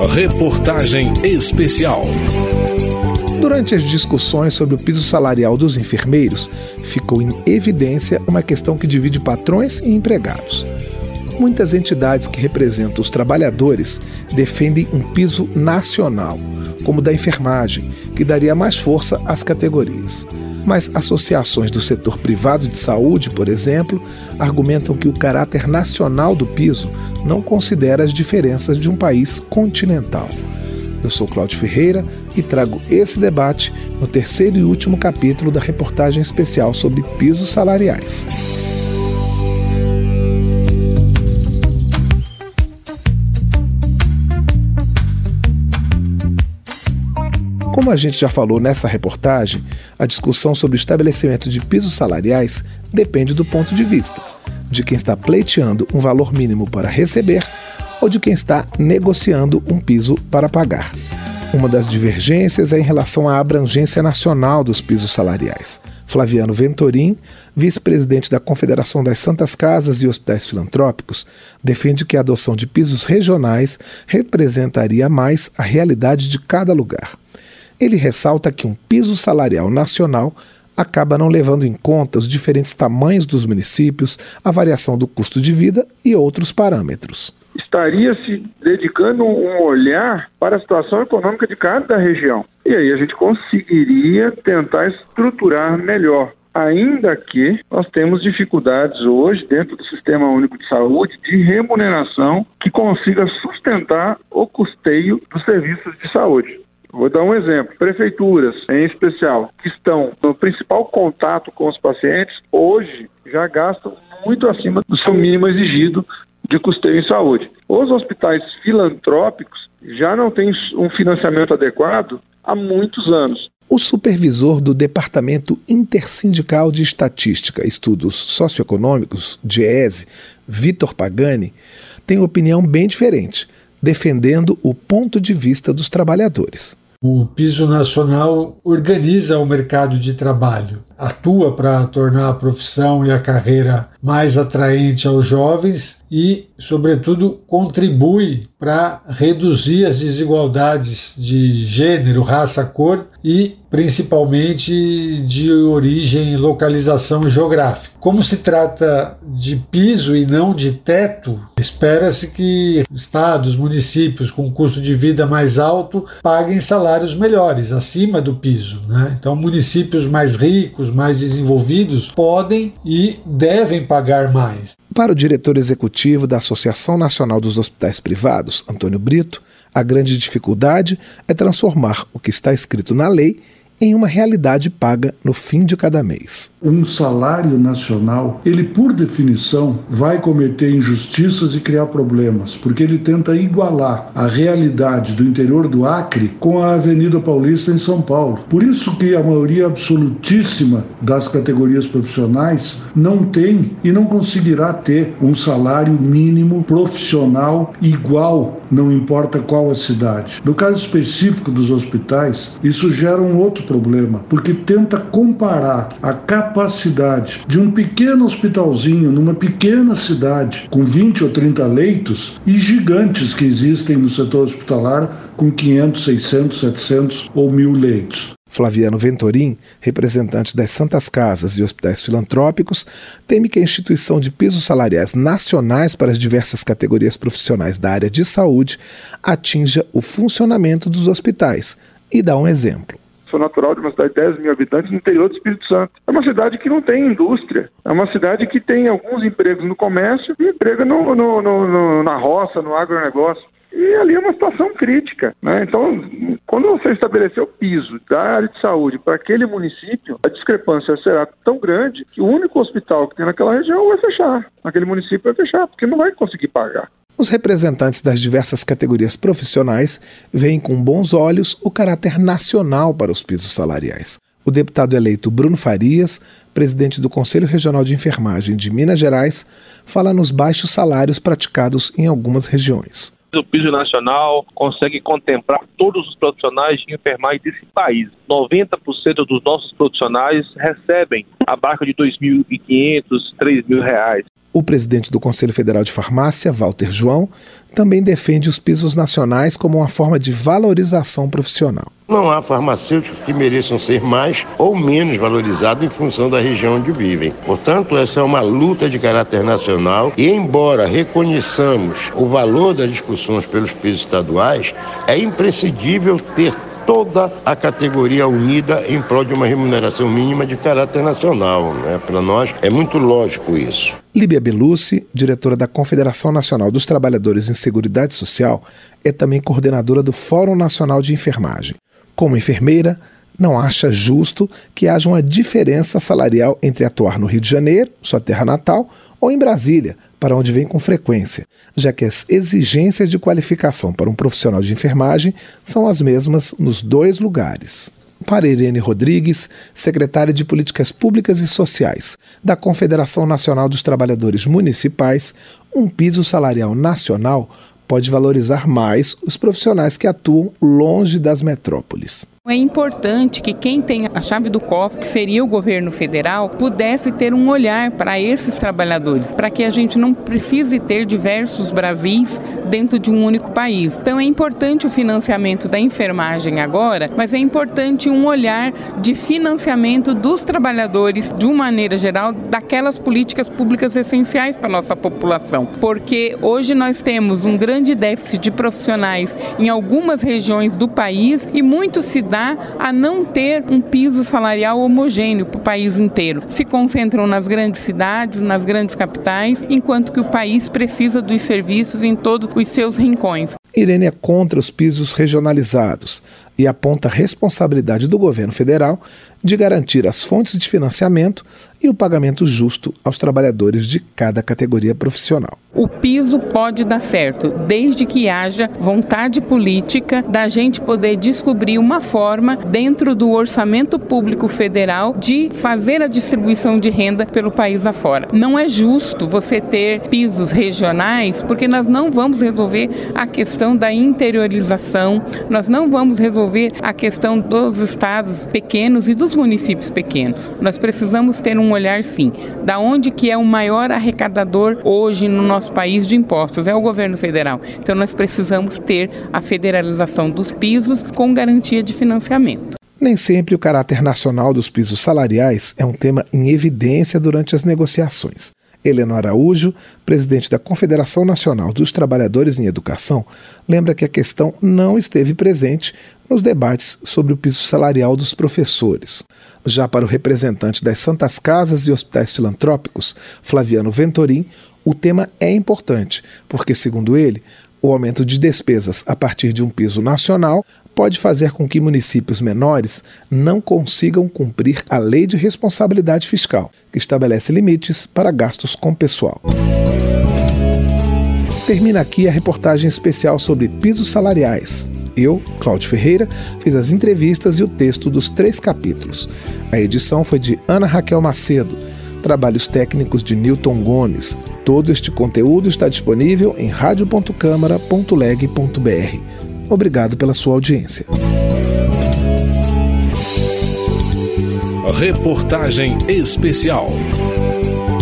Reportagem especial. Durante as discussões sobre o piso salarial dos enfermeiros, ficou em evidência uma questão que divide patrões e empregados. Muitas entidades que representam os trabalhadores defendem um piso nacional, como o da enfermagem, que daria mais força às categorias. Mas associações do setor privado de saúde, por exemplo, argumentam que o caráter nacional do piso não considera as diferenças de um país continental. Eu sou Cláudio Ferreira e trago esse debate no terceiro e último capítulo da reportagem especial sobre pisos salariais. Como a gente já falou nessa reportagem, a discussão sobre o estabelecimento de pisos salariais depende do ponto de vista, de quem está pleiteando um valor mínimo para receber ou de quem está negociando um piso para pagar. Uma das divergências é em relação à abrangência nacional dos pisos salariais. Flaviano Ventorim, vice-presidente da Confederação das Santas Casas e Hospitais Filantrópicos, defende que a adoção de pisos regionais representaria mais a realidade de cada lugar. Ele ressalta que um piso salarial nacional acaba não levando em conta os diferentes tamanhos dos municípios, a variação do custo de vida e outros parâmetros. Estaria se dedicando um olhar para a situação econômica de cada região. E aí a gente conseguiria tentar estruturar melhor. Ainda que nós temos dificuldades hoje dentro do Sistema Único de Saúde de remuneração que consiga sustentar o custeio dos serviços de saúde. Vou dar um exemplo. Prefeituras, em especial, que estão no principal contato com os pacientes, hoje já gastam muito acima do seu mínimo exigido de custeio em saúde. Os hospitais filantrópicos já não têm um financiamento adequado há muitos anos. O supervisor do Departamento Intersindical de Estatística e Estudos Socioeconômicos, DIEESE, Vitor Pagani, tem opinião bem diferente, defendendo o ponto de vista dos trabalhadores. O piso nacional organiza o mercado de trabalho, atua para tornar a profissão e a carreira mais atraente aos jovens e, sobretudo, contribui para reduzir as desigualdades de gênero, raça, cor e, principalmente, de origem e localização geográfica. Como se trata de piso e não de teto, espera-se que estados, municípios com custo de vida mais alto paguem salários melhores, acima do piso, né? Então, municípios mais ricos, mais desenvolvidos, podem e devem pagar mais. Para o diretor executivo da Associação Nacional dos Hospitais Privados, Antônio Brito, a grande dificuldade é transformar o que está escrito na lei em uma realidade paga no fim de cada mês. Um salário nacional, ele por definição vai cometer injustiças e criar problemas, porque ele tenta igualar a realidade do interior do Acre com a Avenida Paulista em São Paulo. Por isso que a maioria absolutíssima das categorias profissionais não tem e não conseguirá ter um salário mínimo profissional igual, não importa qual a cidade. No caso específico dos hospitais, isso gera um outro problema, porque tenta comparar a capacidade de um pequeno hospitalzinho numa pequena cidade com 20 ou 30 leitos e gigantes que existem no setor hospitalar com 500, 600, 700 ou 1.000 leitos. Flaviano Ventorim, representante das Santas Casas e Hospitais Filantrópicos, teme que a instituição de pisos salariais nacionais para as diversas categorias profissionais da área de saúde atinja o funcionamento dos hospitais e dá um exemplo. Sou natural de uma cidade de 10 mil habitantes no interior do Espírito Santo. É uma cidade que não tem indústria. É uma cidade que tem alguns empregos no comércio e emprego na roça, no agronegócio. E ali é uma situação crítica, né? Então, quando você estabelecer o piso da área de saúde para aquele município, a discrepância será tão grande que o único hospital que tem naquela região vai fechar. Aquele município vai fechar, porque não vai conseguir pagar. Os representantes das diversas categorias profissionais veem com bons olhos o caráter nacional para os pisos salariais. O deputado eleito Bruno Farias, presidente do Conselho Regional de Enfermagem de Minas Gerais, fala nos baixos salários praticados em algumas regiões. O piso nacional consegue contemplar todos os profissionais de enfermagem desse país. 90% dos nossos profissionais recebem abaixo de R$ 2.500, R$ 3.000. O presidente do Conselho Federal de Farmácia, Walter João, também defende os pisos nacionais como uma forma de valorização profissional. Não há farmacêuticos que mereçam ser mais ou menos valorizados em função da região onde vivem. Portanto, essa é uma luta de caráter nacional e, embora reconheçamos o valor das discussões pelos pisos estaduais, é imprescindível ter toda a categoria unida em prol de uma remuneração mínima de caráter nacional, né? Para nós é muito lógico isso. Líbia Belucci, diretora da Confederação Nacional dos Trabalhadores em Seguridade Social, é também coordenadora do Fórum Nacional de Enfermagem. Como enfermeira, não acha justo que haja uma diferença salarial entre atuar no Rio de Janeiro, sua terra natal, ou em Brasília, para onde vem com frequência, já que as exigências de qualificação para um profissional de enfermagem são as mesmas nos dois lugares. Para Irene Rodrigues, secretária de Políticas Públicas e Sociais da Confederação Nacional dos Trabalhadores Municipais, um piso salarial nacional pode valorizar mais os profissionais que atuam longe das metrópoles. É importante que quem tem a chave do cofre, que seria o governo federal, pudesse ter um olhar para esses trabalhadores, para que a gente não precise ter diversos Brasis dentro de um único país. Então é importante o financiamento da enfermagem agora, mas é importante um olhar de financiamento dos trabalhadores, de uma maneira geral, daquelas políticas públicas essenciais para a nossa população. Porque hoje nós temos um grande déficit de profissionais em algumas regiões do país e muitos cidadãos a não ter um piso salarial homogêneo para o país inteiro. Se concentram nas grandes cidades, nas grandes capitais, enquanto que o país precisa dos serviços em todos os seus rincões. Irene é contra os pisos regionalizados e aponta a responsabilidade do governo federal de garantir as fontes de financiamento e o pagamento justo aos trabalhadores de cada categoria profissional. O piso pode dar certo, desde que haja vontade política da gente poder descobrir uma forma, dentro do orçamento público federal, de fazer a distribuição de renda pelo país afora. Não é justo você ter pisos regionais, porque nós não vamos resolver a questão da interiorização, nós não vamos resolver a questão dos estados pequenos e dos municípios pequenos. Nós precisamos ter um olhar, sim, da onde que é o maior arrecadador hoje no nosso país de impostos, é o governo federal. Então nós precisamos ter a federalização dos pisos com garantia de financiamento. Nem sempre o caráter nacional dos pisos salariais é um tema em evidência durante as negociações. Helena Araújo, presidente da Confederação Nacional dos Trabalhadores em Educação, lembra que a questão não esteve presente nos debates sobre o piso salarial dos professores. Já para o representante das Santas Casas e Hospitais Filantrópicos, Flaviano Ventorim, o tema é importante, porque, segundo ele, o aumento de despesas a partir de um piso nacional pode fazer com que municípios menores não consigam cumprir a Lei de Responsabilidade Fiscal, que estabelece limites para gastos com pessoal. Termina aqui a reportagem especial sobre pisos salariais. Eu, Cláudio Ferreira, fiz as entrevistas e o texto dos 3 capítulos. A edição foi de Ana Raquel Macedo. Trabalhos técnicos de Newton Gomes. Todo este conteúdo está disponível em radio.câmara.leg.br. Obrigado pela sua audiência. Reportagem especial.